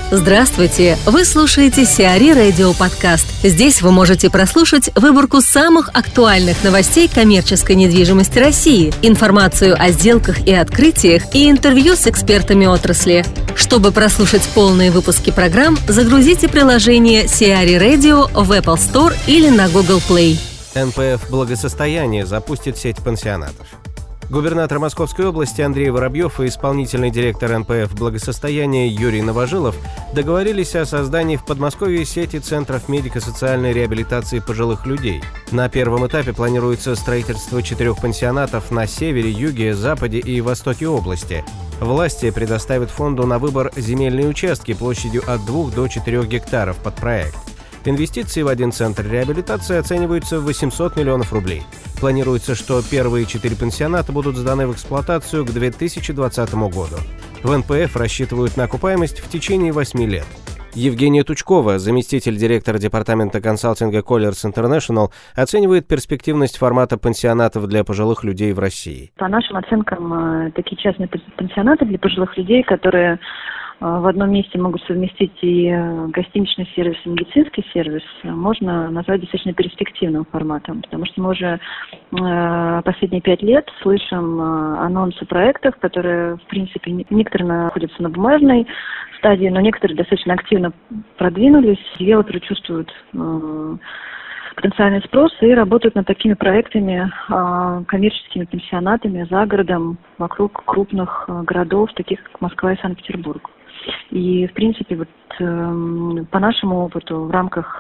Здравствуйте! Вы слушаете Сиари Радио Подкаст. Здесь вы можете прослушать выборку самых актуальных новостей коммерческой недвижимости России, информацию о сделках и открытиях и интервью с экспертами отрасли. Чтобы прослушать полные выпуски программ, загрузите приложение Сиари Radio в Apple Store или на Google Play. НПФ «Благосостояние» запустит сеть пансионатов. Губернатор Московской области Андрей Воробьев и исполнительный директор НПФ «Благосостояние» Юрий Новожилов договорились о создании в Подмосковье сети центров медико-социальной реабилитации пожилых людей. На первом этапе планируется строительство 4 пансионатов на севере, юге, западе и востоке области. Власти предоставят фонду на выбор земельные участки площадью от 2 до 4 гектаров под проект. Инвестиции в один центр реабилитации оцениваются в 800 миллионов рублей. Планируется, что первые 4 пансионата будут сданы в эксплуатацию к 2020 году. В НПФ рассчитывают на окупаемость в течение 8 лет. Евгения Тучкова, заместитель директора департамента консалтинга Colliers International, оценивает перспективность формата пансионатов для пожилых людей в России. По нашим оценкам, такие частные пансионаты для пожилых людей, которые в одном месте могут совместить и гостиничный сервис, и медицинский сервис, можно назвать достаточно перспективным форматом, потому что мы уже последние 5 лет слышим анонсы проектов, которые, в принципе, некоторые находятся на бумажной стадии, но некоторые достаточно активно продвинулись, девелоперы чувствуют потенциальный спрос и работают над такими проектами, коммерческими пансионатами за городом, вокруг крупных городов, таких как Москва и Санкт-Петербург. И, в принципе, по нашему опыту, в рамках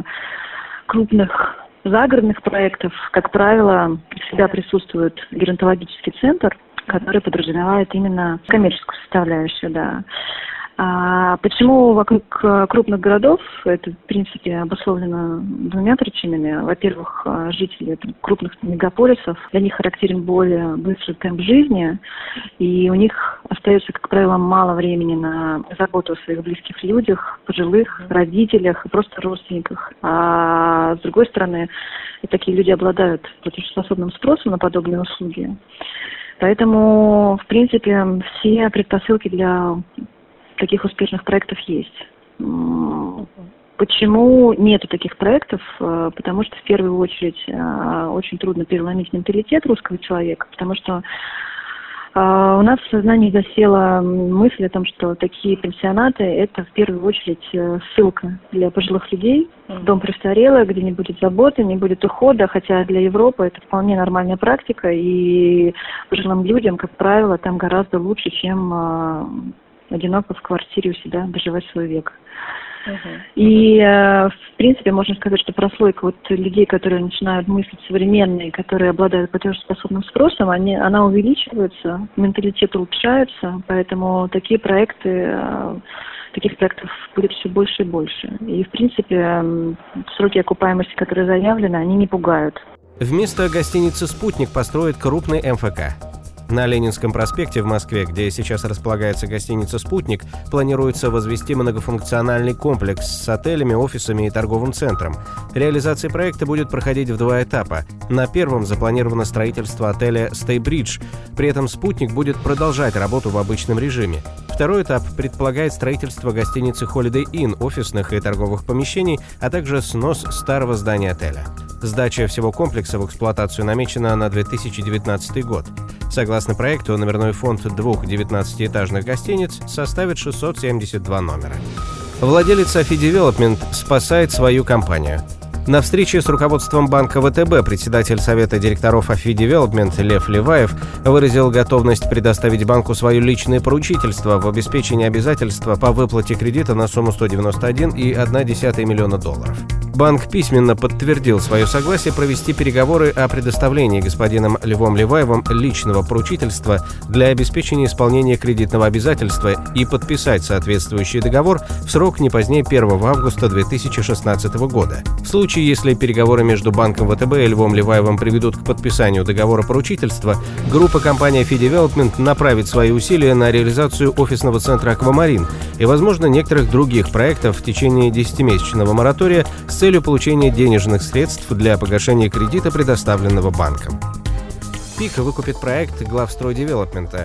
крупных загородных проектов, как правило, всегда присутствует геронтологический центр, который подразумевает именно коммерческую составляющую, да. Почему вокруг крупных городов? Это, в принципе, обусловлено 2 причинами. Во-первых, жители крупных мегаполисов, для них характерен более быстрый темп жизни, и у них остается, как правило, мало времени на заботу о своих близких людях, пожилых, родителях и просто родственниках. А с другой стороны, такие люди обладают платежеспособным спросом на подобные услуги. Поэтому, в принципе, все предпосылки для таких успешных проектов есть. Почему нету таких проектов? Потому что, в первую очередь, очень трудно переломить менталитет русского человека, потому что у нас в сознании засела мысль о том, что такие пансионаты – это, в первую очередь, ссылка для пожилых людей, дом престарелых, где не будет заботы, не будет ухода, хотя для Европы это вполне нормальная практика, и пожилым людям, как правило, там гораздо лучше, чем одиноко в квартире у себя доживать свой век. И, в принципе, можно сказать, что прослойка людей, которые начинают мыслить современные, которые обладают платежеспособным спросом, она увеличивается, менталитет улучшается, поэтому таких проектов будет все больше и больше. И, в принципе, сроки окупаемости, которые заявлены, они не пугают. Вместо гостиницы «Спутник» построят крупный МФК. На Ленинском проспекте в Москве, где сейчас располагается гостиница «Спутник», планируется возвести многофункциональный комплекс с отелями, офисами и торговым центром. Реализация проекта будет проходить в 2 этапа. На первом запланировано строительство отеля «Стейбридж». При этом «Спутник» будет продолжать работу в обычном режиме. Второй этап предполагает строительство гостиницы Holiday Inn, офисных и торговых помещений, а также снос старого здания отеля. Сдача всего комплекса в эксплуатацию намечена на 2019 год. Согласно проекту, номерной фонд 2 19-этажных гостиниц составит 672 номера. Владелец Афи Девелопмент спасает свою компанию. На встрече с руководством банка ВТБ председатель совета директоров Афи Девелопмент Лев Леваев выразил готовность предоставить банку свое личное поручительство в обеспечении обязательства по выплате кредита на сумму $191,1 миллиона. Банк письменно подтвердил свое согласие провести переговоры о предоставлении господином Львом Леваевым личного поручительства для обеспечения исполнения кредитного обязательства и подписать соответствующий договор в срок не позднее 1 августа 2016 года. В случае, если переговоры между банком ВТБ и Львом Леваевым приведут к подписанию договора поручительства, группа компании Афи Девелопмент направит свои усилия на реализацию офисного центра «Аквамарин» и, возможно, некоторых других проектов в течение 10-месячного моратория с целью получения денежных средств для погашения кредита, предоставленного банком. ПИК выкупит проект Главстрой Девелопмента.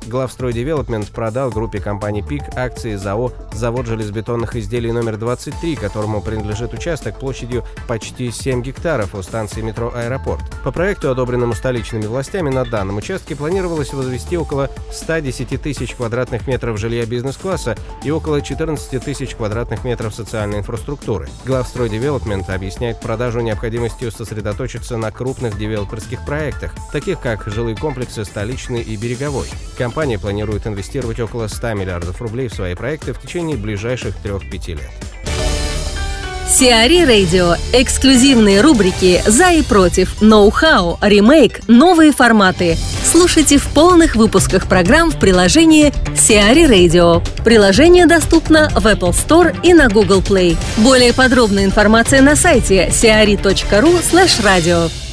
Главстрой Девелопмент продал группе компаний «ПИК» акции ЗАО «Завод железобетонных изделий номер 23», которому принадлежит участок площадью почти 7 гектаров у станции метро «Аэропорт». По проекту, одобренному столичными властями, на данном участке планировалось возвести около 110 тысяч квадратных метров жилья бизнес-класса и около 14 тысяч квадратных метров социальной инфраструктуры. Главстрой Девелопмент объясняет продажу необходимостью сосредоточиться на крупных девелоперских проектах, таких как жилые комплексы «Столичный» и «Береговой». Компания планирует инвестировать около 100 миллиардов рублей в свои проекты в течение ближайших 3-5 лет. Сиари Радио. Эксклюзивные рубрики «За и против», «Ноу-хау», «Ремейк», «Новые форматы». Слушайте в полных выпусках программ в приложении Сиари Radio. Приложение доступно в Apple Store и на Google Play. Более подробная информация на сайте siari.ru/radio.